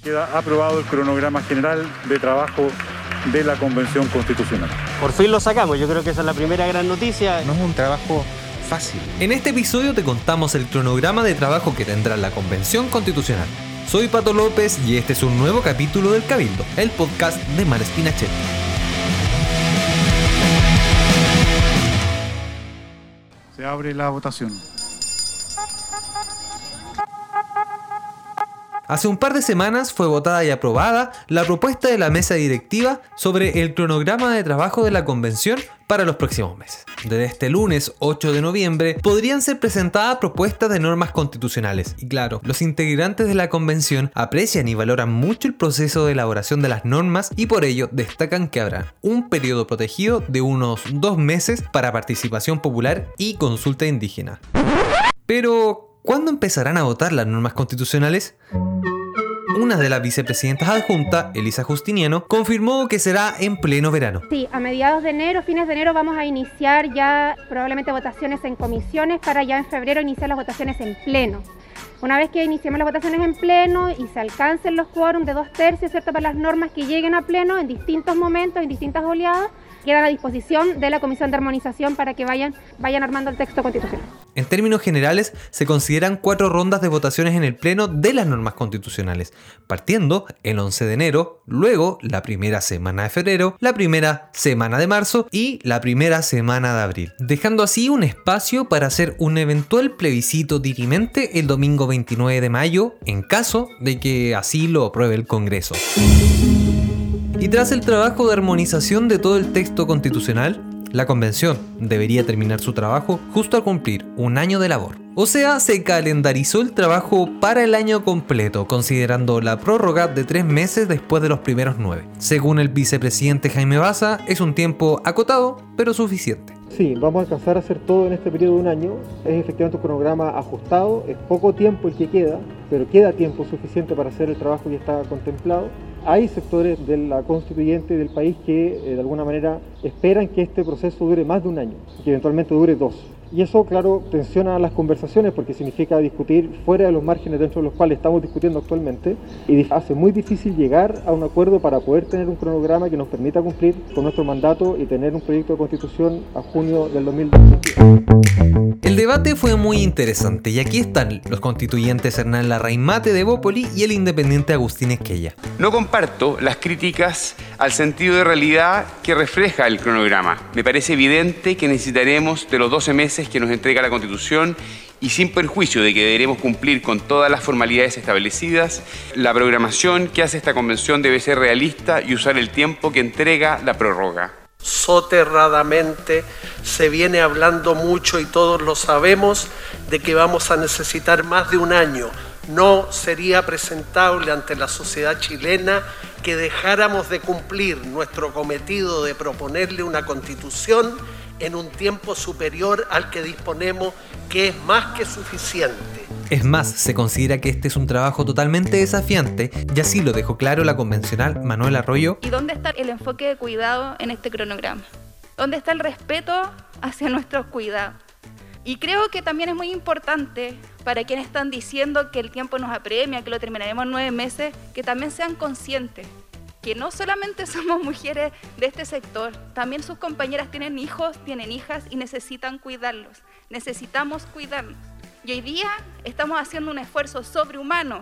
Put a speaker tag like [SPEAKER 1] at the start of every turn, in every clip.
[SPEAKER 1] Queda aprobado el cronograma general de trabajo de la Convención Constitucional.
[SPEAKER 2] Por fin lo sacamos, yo creo que esa es la primera gran noticia.
[SPEAKER 3] No es un trabajo fácil.
[SPEAKER 4] En este episodio te contamos el cronograma de trabajo que tendrá la Convención Constitucional. Soy Pato López y este es un nuevo capítulo del Cabildo, el podcast de Malespina Check.
[SPEAKER 1] Se abre la votación.
[SPEAKER 4] Hace un par de semanas fue votada y aprobada la propuesta de la mesa directiva sobre el cronograma de trabajo de la convención para los próximos meses. Desde este lunes 8 de noviembre podrían ser presentadas propuestas de normas constitucionales. Y claro, los integrantes de la convención aprecian y valoran mucho el proceso de elaboración de las normas y por ello destacan que habrá un periodo protegido de unos 2 meses para participación popular y consulta indígena. Pero, ¿cuándo empezarán a votar las normas constitucionales? Una de las vicepresidentas adjunta, Elisa Justiniano, confirmó que será en pleno verano.
[SPEAKER 5] Sí, a mediados de enero, fines de enero, vamos a iniciar ya probablemente votaciones en comisiones para ya en febrero iniciar las votaciones en pleno. Una vez que iniciemos las votaciones en pleno y se alcancen los quórums de 2/3, ¿cierto?, para las normas que lleguen a pleno en distintos momentos, en distintas oleadas, quedan a disposición de la Comisión de Armonización para que vayan armando el texto constitucional.
[SPEAKER 4] En términos generales, se consideran 4 rondas de votaciones en el pleno de las normas constitucionales, partiendo el 11 de enero, luego la primera semana de febrero, la primera semana de marzo y la primera semana de abril, dejando así un espacio para hacer un eventual plebiscito dirimente el domingo 29 de mayo, en caso de que así lo apruebe el Congreso. Y tras el trabajo de armonización de todo el texto constitucional, la convención debería terminar su trabajo justo al cumplir un año de labor. O sea, se calendarizó el trabajo para el año completo, considerando la prórroga de 3 meses después de los primeros 9. Según el vicepresidente Jaime Baza, es un tiempo acotado, pero suficiente.
[SPEAKER 6] Sí, vamos a alcanzar a hacer todo en este periodo de un año. Es efectivamente un cronograma ajustado, es poco tiempo el que queda, pero queda tiempo suficiente para hacer el trabajo que está contemplado. Hay sectores de la constituyente y del país que de alguna manera esperan que este proceso dure más de un año, que eventualmente dure 2. Y eso, claro, tensiona las conversaciones porque significa discutir fuera de los márgenes dentro de los cuales estamos discutiendo actualmente y hace muy difícil llegar a un acuerdo para poder tener un cronograma que nos permita cumplir con nuestro mandato y tener un proyecto de constitución a junio del 2022.
[SPEAKER 4] El debate fue muy interesante y aquí están los constituyentes Hernán Larraín-Mate de Bópoli y el independiente Agustín Esquella.
[SPEAKER 7] No comparto las críticas al sentido de realidad que refleja el cronograma. Me parece evidente que necesitaremos de los 12 meses que nos entrega la Constitución y sin perjuicio de que deberemos cumplir con todas las formalidades establecidas, la programación que hace esta convención debe ser realista y usar el tiempo que entrega la prórroga.
[SPEAKER 8] Soterradamente se viene hablando mucho y todos lo sabemos de que vamos a necesitar más de un año. No sería presentable ante la sociedad chilena que dejáramos de cumplir nuestro cometido de proponerle una constitución en un tiempo superior al que disponemos, que es más que suficiente.
[SPEAKER 4] Es más, se considera que este es un trabajo totalmente desafiante y así lo dejó claro la convencional Manuel Arroyo.
[SPEAKER 9] ¿Y dónde está el enfoque de cuidado en este cronograma? ¿Dónde está el respeto hacia nuestros cuidados? Y creo que también es muy importante para quienes están diciendo que el tiempo nos apremia, que lo terminaremos en 9 meses, que también sean conscientes que no solamente somos mujeres de este sector, también sus compañeras tienen hijos, tienen hijas y necesitan cuidarlos. Necesitamos cuidarnos. Y hoy día estamos haciendo un esfuerzo sobrehumano.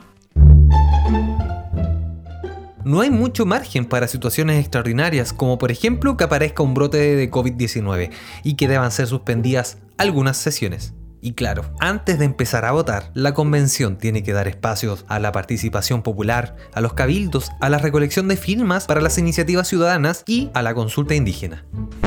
[SPEAKER 4] No hay mucho margen para situaciones extraordinarias, como por ejemplo que aparezca un brote de COVID-19 y que deban ser suspendidas algunas sesiones. Y claro, antes de empezar a votar, la convención tiene que dar espacios a la participación popular, a los cabildos, a la recolección de firmas para las iniciativas ciudadanas y a la consulta indígena.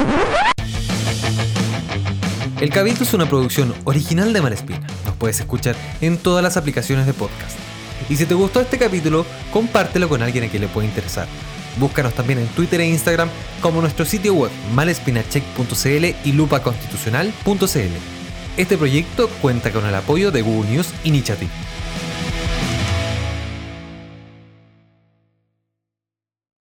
[SPEAKER 4] El Cabildo es una producción original de Malespina. Nos puedes escuchar en todas las aplicaciones de podcast. Y si te gustó este capítulo, compártelo con alguien a quien le pueda interesar. Búscanos también en Twitter e Instagram como nuestro sitio web malespinacheck.cl y lupaconstitucional.cl. Este proyecto cuenta con el apoyo de Google News Initiative.